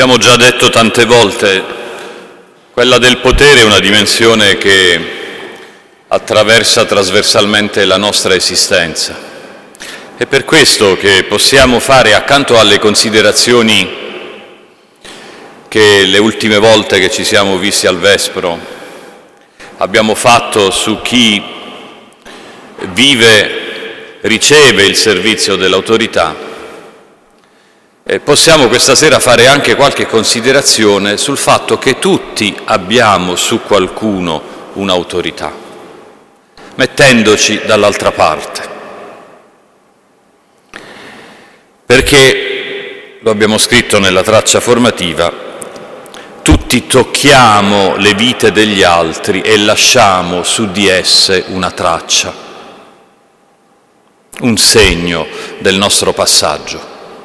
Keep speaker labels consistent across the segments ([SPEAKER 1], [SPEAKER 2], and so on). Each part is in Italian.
[SPEAKER 1] Abbiamo già detto tante volte, quella del potere è una dimensione che attraversa trasversalmente la nostra esistenza. È per questo che possiamo fare, accanto alle considerazioni che le ultime volte che ci siamo visti al Vespro abbiamo fatto su chi riceve il servizio dell'autorità, possiamo questa sera fare anche qualche considerazione sul fatto che tutti abbiamo su qualcuno un'autorità, mettendoci dall'altra parte. Perché, lo abbiamo scritto nella traccia formativa, tutti tocchiamo le vite degli altri e lasciamo su di esse una traccia, un segno del nostro passaggio.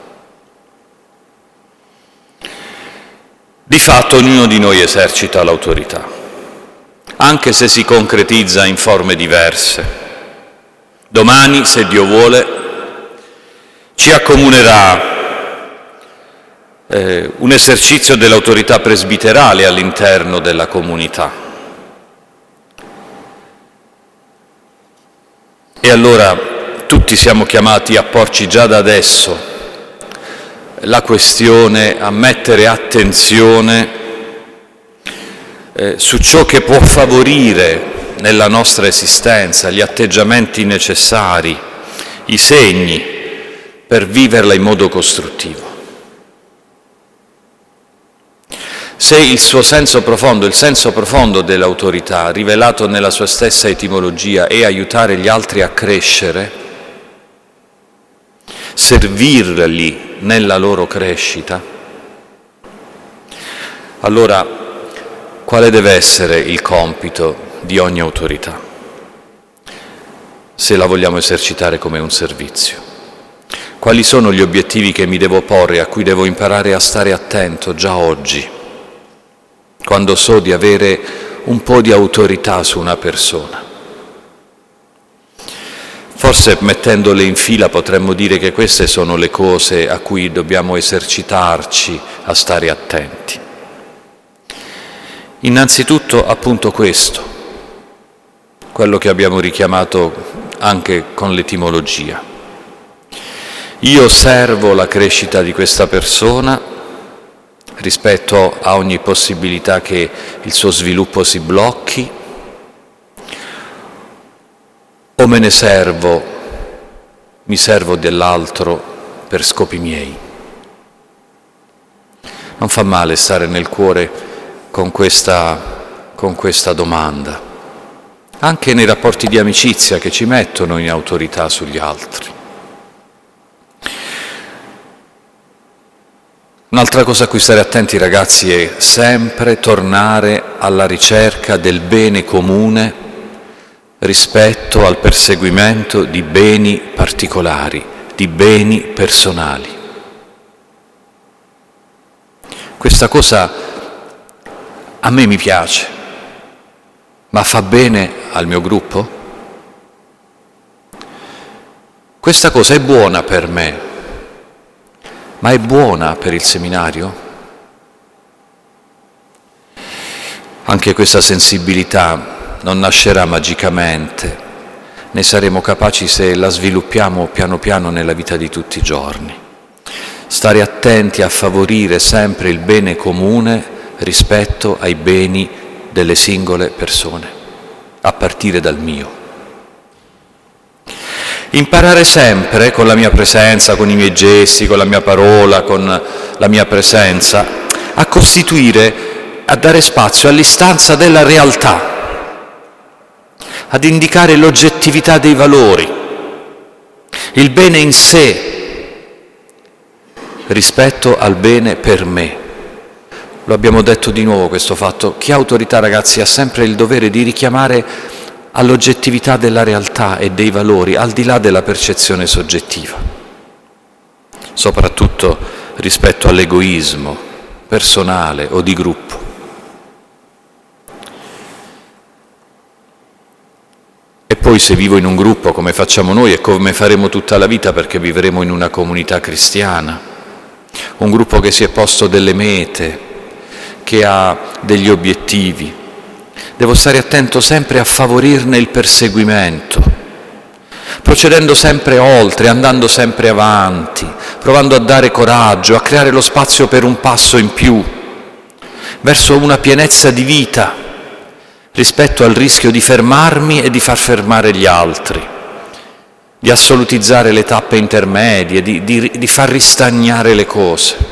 [SPEAKER 1] Di fatto ognuno di noi esercita l'autorità, anche se si concretizza in forme diverse. Domani, se Dio vuole, ci accomunerà un esercizio dell'autorità presbiterale all'interno della comunità. E allora tutti siamo chiamati a porci già da adesso la questione, a mettere attenzione su ciò che può favorire nella nostra esistenza gli atteggiamenti necessari, i segni per viverla in modo costruttivo. Se il suo senso profondo, il senso profondo dell'autorità, rivelato nella sua stessa etimologia, è aiutare gli altri a crescere, servirli nella loro crescita, allora quale deve essere il compito di ogni autorità, se la vogliamo esercitare come un servizio? Quali sono gli obiettivi che mi devo porre, a cui devo imparare a stare attento già oggi, quando so di avere un po' di autorità su una persona? Forse mettendole in fila potremmo dire che queste sono le cose a cui dobbiamo esercitarci a stare attenti. Innanzitutto appunto questo, quello che abbiamo richiamato anche con l'etimologia. Io servo la crescita di questa persona rispetto a ogni possibilità che il suo sviluppo si blocchi, o me ne servo, mi servo dell'altro per scopi miei? Non fa male stare nel cuore con questa domanda, anche nei rapporti di amicizia che ci mettono in autorità sugli altri. Un'altra cosa a cui stare attenti, ragazzi, è sempre tornare alla ricerca del bene comune rispetto al perseguimento di beni particolari, di beni personali. Questa cosa a me mi piace, ma fa bene al mio gruppo? Questa cosa è buona per me, ma è buona per il seminario? Anche questa sensibilità non nascerà magicamente, ne saremo capaci se la sviluppiamo piano piano nella vita di tutti i giorni. Stare attenti a favorire sempre il bene comune rispetto ai beni delle singole persone, a partire dal mio. Imparare sempre con la mia presenza, con i miei gesti, con la mia parola, con la mia presenza, a costituire, a dare spazio all'istanza della realtà, ad indicare l'oggettività dei valori, il bene in sé rispetto al bene per me. Lo abbiamo detto di nuovo questo fatto. Chi ha autorità, ragazzi, ha sempre il dovere di richiamare all'oggettività della realtà e dei valori, al di là della percezione soggettiva, soprattutto rispetto all'egoismo personale o di gruppo. E poi se vivo in un gruppo come facciamo noi e come faremo tutta la vita, perché vivremo in una comunità cristiana, un gruppo che si è posto delle mete, che ha degli obiettivi. Devo stare attento sempre a favorirne il perseguimento, procedendo sempre oltre, andando sempre avanti, provando a dare coraggio, a creare lo spazio per un passo in più, verso una pienezza di vita, rispetto al rischio di fermarmi e di far fermare gli altri, di assolutizzare le tappe intermedie, di far ristagnare le cose.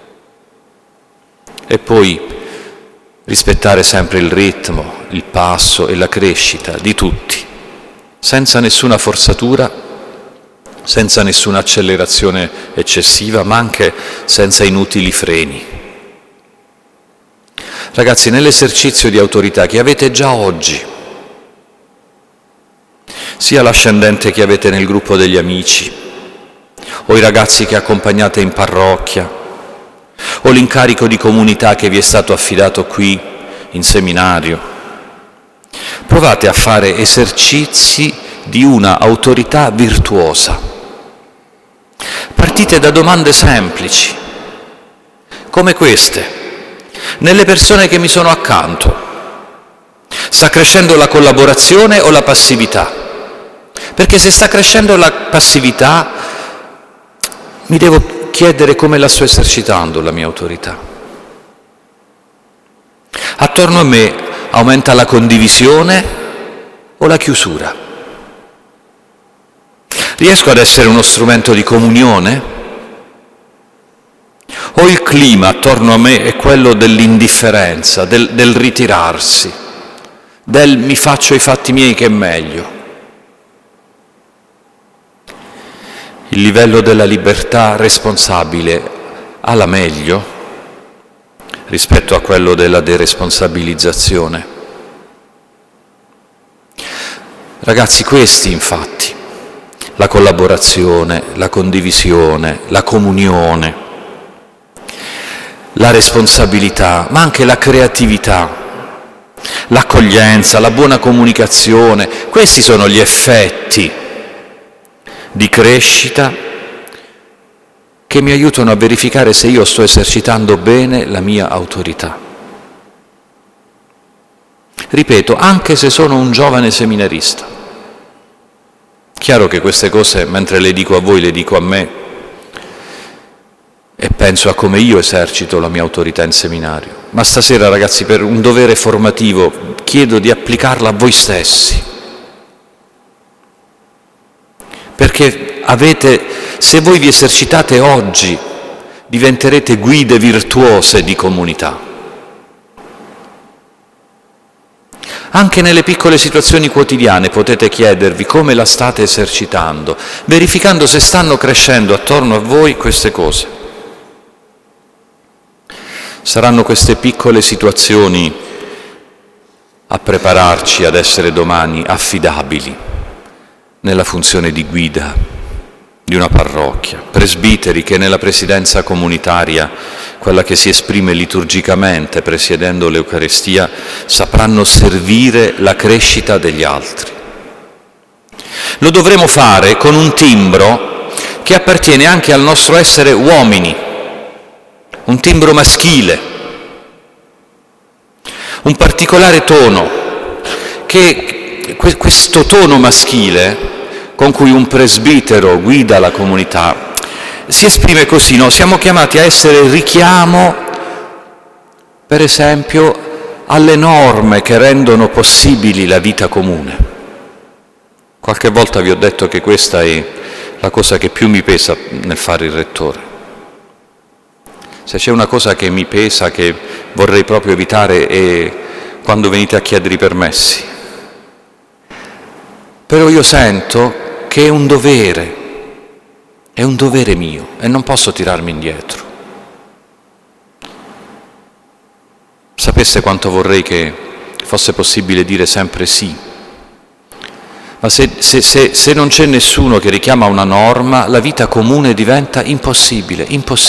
[SPEAKER 1] E poi rispettare sempre il ritmo, il passo e la crescita di tutti, senza nessuna forzatura, senza nessuna accelerazione eccessiva, ma anche senza inutili freni. Ragazzi, nell'esercizio di autorità che avete già oggi, sia l'ascendente che avete nel gruppo degli amici, o i ragazzi che accompagnate in parrocchia, o l'incarico di comunità che vi è stato affidato qui in seminario, provate a fare esercizi di una autorità virtuosa. Partite da domande semplici, come queste. Nelle persone che mi sono accanto, sta crescendo la collaborazione o la passività? Perché se sta crescendo la passività, mi devo chiedere come la sto esercitando la mia autorità. Attorno a me aumenta la condivisione o la chiusura? Riesco ad essere uno strumento di comunione? O il clima attorno a me è quello dell'indifferenza, del ritirarsi, del mi faccio i fatti miei che è meglio? Il livello della libertà responsabile alla meglio rispetto a quello della deresponsabilizzazione. Ragazzi, questi infatti, la collaborazione, la condivisione, la comunione, la responsabilità, ma anche la creatività, l'accoglienza, la buona comunicazione, questi sono gli effetti di crescita che mi aiutano a verificare se io sto esercitando bene la mia autorità. Ripeto, anche se sono un giovane seminarista. Chiaro che queste cose, mentre le dico a voi, le dico a me e penso a come io esercito la mia autorità in seminario. Ma stasera, ragazzi, per un dovere formativo, chiedo di applicarla a voi stessi. Perché se voi vi esercitate oggi, diventerete guide virtuose di comunità. Anche nelle piccole situazioni quotidiane potete chiedervi come la state esercitando, verificando se stanno crescendo attorno a voi queste cose. Saranno queste piccole situazioni a prepararci ad essere domani affidabili nella funzione di guida di una parrocchia, presbiteri che nella presidenza comunitaria, quella che si esprime liturgicamente presiedendo l'Eucaristia, sapranno servire la crescita degli altri. Lo dovremo fare con un timbro che appartiene anche al nostro essere uomini, un timbro maschile, un particolare tono, che questo tono maschile con cui un presbitero guida la comunità si esprime così, no? Siamo chiamati a essere richiamo, per esempio, alle norme che rendono possibili la vita comune. Qualche volta vi ho detto che questa è la cosa che più mi pesa nel fare il rettore. Se c'è una cosa che mi pesa, che vorrei proprio evitare, è quando venite a chiedere i permessi. Però io sento che è un dovere mio e non posso tirarmi indietro. Sapeste quanto vorrei che fosse possibile dire sempre sì, ma se non c'è nessuno che richiama una norma, la vita comune diventa impossibile.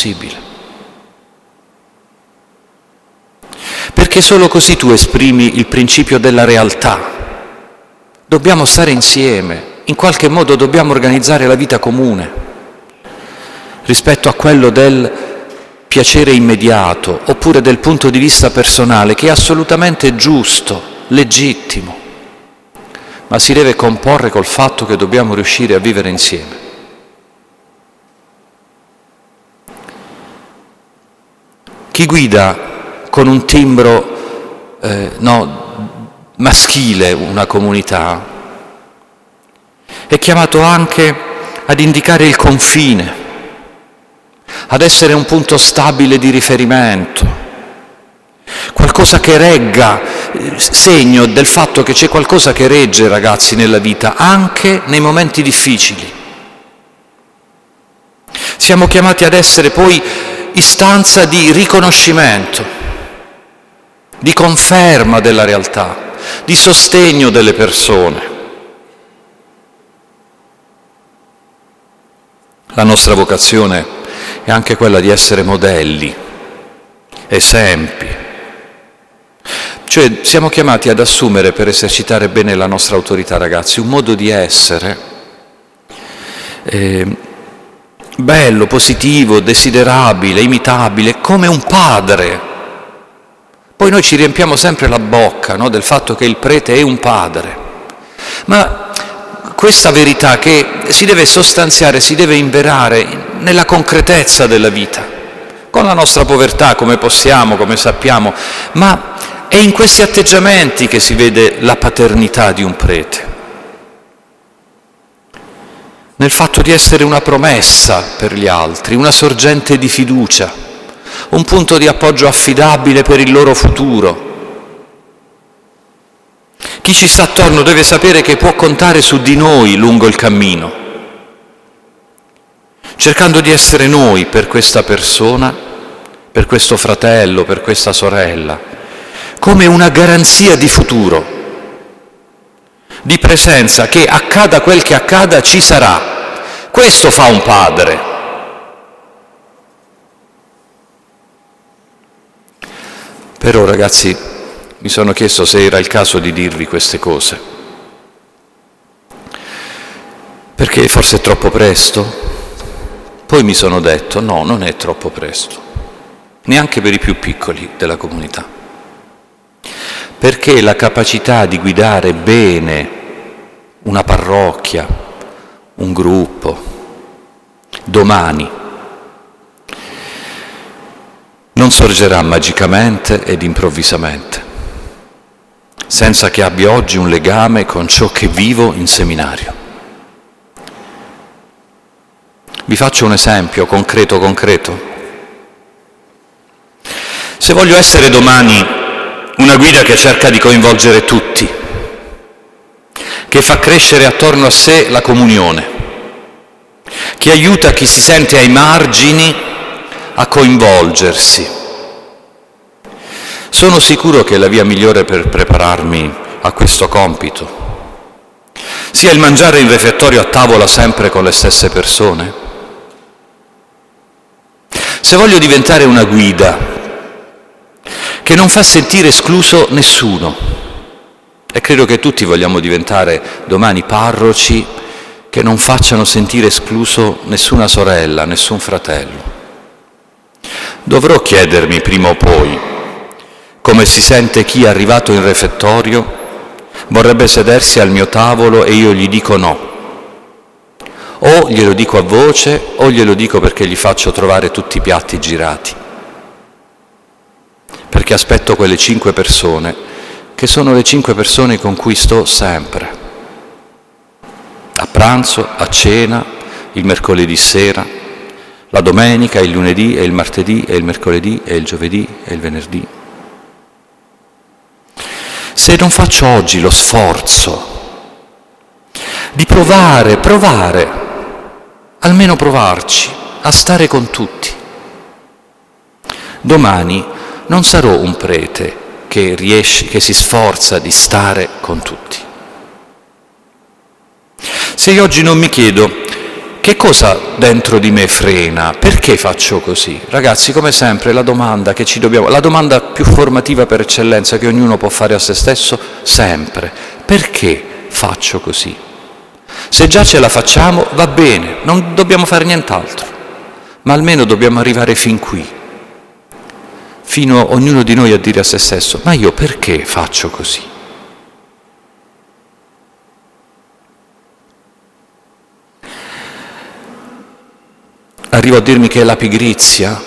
[SPEAKER 1] Perché solo così tu esprimi il principio della realtà. Dobbiamo stare insieme, in qualche modo dobbiamo organizzare la vita comune rispetto a quello del piacere immediato oppure del punto di vista personale, che è assolutamente giusto, legittimo, ma si deve comporre col fatto che dobbiamo riuscire a vivere insieme. Chi guida con un timbro maschile una comunità è chiamato anche ad indicare il confine, ad essere un punto stabile di riferimento, qualcosa che regga, segno del fatto che c'è qualcosa che regge, ragazzi, nella vita, anche nei momenti difficili. Siamo chiamati ad essere poi istanza di riconoscimento, di conferma della realtà, di sostegno delle persone. La nostra vocazione è anche quella di essere modelli, esempi. Cioè siamo chiamati ad assumere, per esercitare bene la nostra autorità, ragazzi, un modo di essere bello, positivo, desiderabile, imitabile, come un padre. Poi noi ci riempiamo sempre la bocca, no, del fatto che il prete è un padre, ma questa verità che si deve sostanziare, si deve inverare nella concretezza della vita, con la nostra povertà, come possiamo, come sappiamo, ma è in questi atteggiamenti che si vede la paternità di un prete. Nel fatto di essere una promessa per gli altri, una sorgente di fiducia, un punto di appoggio affidabile per il loro futuro. Chi ci sta attorno deve sapere che può contare su di noi lungo il cammino, cercando di essere noi per questa persona, per questo fratello, per questa sorella, come una garanzia di futuro, di presenza, che accada quel che accada ci sarà. Questo fa un padre. Però, ragazzi, mi sono chiesto se era il caso di dirvi queste cose, perché forse è troppo presto. Poi mi sono detto, no, non è troppo presto, neanche per i più piccoli della comunità, perché la capacità di guidare bene una parrocchia, un gruppo, domani, non sorgerà magicamente ed improvvisamente, senza che abbia oggi un legame con ciò che vivo in seminario. Vi faccio un esempio concreto. Se voglio essere domani una guida che cerca di coinvolgere tutti, che fa crescere attorno a sé la comunione, che aiuta chi si sente ai margini a coinvolgersi, sono sicuro che la via migliore per prepararmi a questo compito sia il mangiare in refettorio a tavola sempre con le stesse persone. Se voglio diventare una guida che non fa sentire escluso nessuno, e credo che tutti vogliamo diventare domani parroci che non facciano sentire escluso nessuna sorella, nessun fratello, dovrò chiedermi prima o poi come si sente chi, arrivato in refettorio, vorrebbe sedersi al mio tavolo e io gli dico no. O glielo dico a voce, o glielo dico perché gli faccio trovare tutti i piatti girati. Perché aspetto quelle 5 persone, che sono le 5 persone con cui sto sempre. A pranzo, a cena, il mercoledì sera, la domenica, il lunedì e il martedì e il mercoledì e il giovedì e il venerdì. Se non faccio oggi lo sforzo di provare, almeno provarci, a stare con tutti, domani non sarò un prete che si sforza di stare con tutti. Se io oggi non mi chiedo che cosa dentro di me frena, perché faccio così? Ragazzi, come sempre, la domanda più formativa per eccellenza che ognuno può fare a se stesso, sempre, perché faccio così? Se già ce la facciamo, va bene, non dobbiamo fare nient'altro, ma almeno dobbiamo arrivare fin qui, fino ognuno di noi a dire a se stesso: ma io perché faccio così? Arrivo a dirmi che è la pigrizia,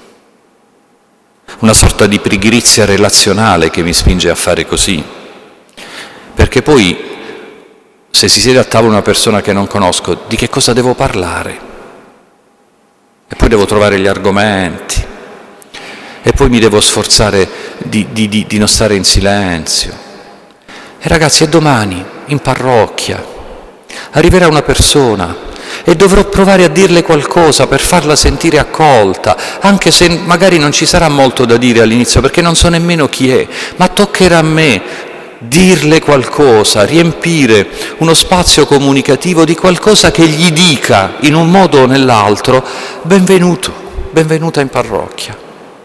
[SPEAKER 1] una sorta di pigrizia relazionale che mi spinge a fare così, perché poi se si siede a tavola una persona che non conosco, di che cosa devo parlare? E poi devo trovare gli argomenti, e poi mi devo sforzare di non stare in silenzio. E ragazzi, è domani, in parrocchia, arriverà una persona e dovrò provare a dirle qualcosa per farla sentire accolta, anche se magari non ci sarà molto da dire all'inizio, perché non so nemmeno chi è, ma toccherà a me dirle qualcosa, riempire uno spazio comunicativo di qualcosa che gli dica in un modo o nell'altro: benvenuto, benvenuta in parrocchia.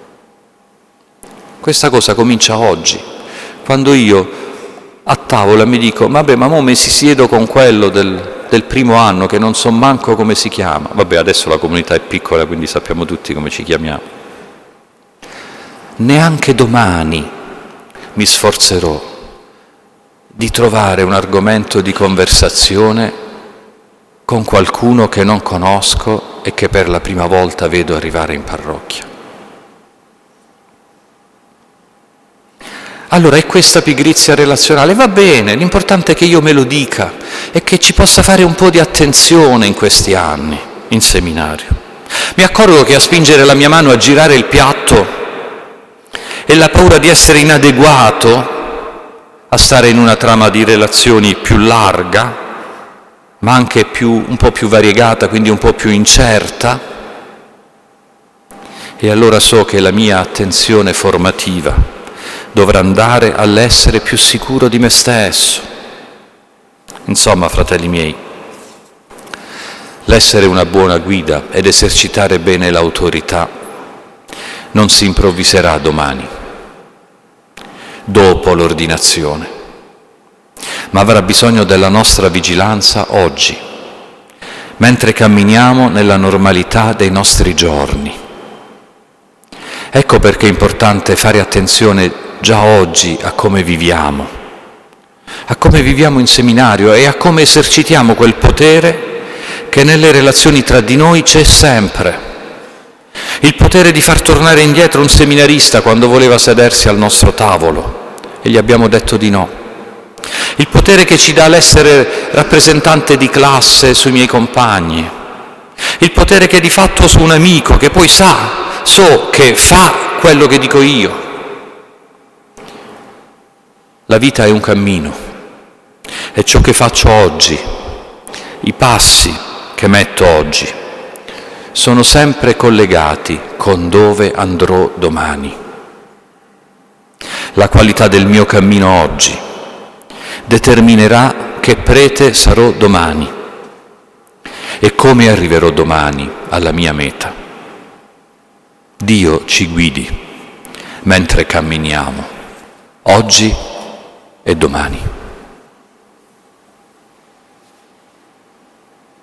[SPEAKER 1] Questa cosa comincia oggi, quando io a tavola mi dico: vabbè, ma mo mi si siedo con quello del primo anno che non so manco come si chiama. Vabbè, adesso la comunità è piccola, quindi sappiamo tutti come ci chiamiamo. Neanche domani mi sforzerò di trovare un argomento di conversazione con qualcuno che non conosco e che per la prima volta vedo arrivare in parrocchia. Allora è questa pigrizia relazionale? Va bene, l'importante è che io me lo dica e che ci possa fare un po' di attenzione in questi anni, in seminario. Mi accorgo che a spingere la mia mano a girare il piatto è la paura di essere inadeguato a stare in una trama di relazioni più larga, ma anche un po' più variegata, quindi un po' più incerta. E allora so che la mia attenzione formativa dovrà andare all'essere più sicuro di me stesso. Insomma, fratelli miei, l'essere una buona guida ed esercitare bene l'autorità non si improvviserà domani, dopo l'ordinazione, ma avrà bisogno della nostra vigilanza oggi, mentre camminiamo nella normalità dei nostri giorni. Ecco perché è importante fare attenzione già oggi a come viviamo in seminario e a come esercitiamo quel potere che nelle relazioni tra di noi c'è sempre. Il potere di far tornare indietro un seminarista quando voleva sedersi al nostro tavolo e gli abbiamo detto di no. Il potere che ci dà l'essere rappresentante di classe sui miei compagni. Il potere che di fatto su un amico che poi so che fa quello che dico io. La vita è un cammino e ciò che faccio oggi, i passi che metto oggi, sono sempre collegati con dove andrò domani. La qualità del mio cammino oggi determinerà che prete sarò domani e come arriverò domani alla mia meta. Dio ci guidi mentre camminiamo, oggi e domani.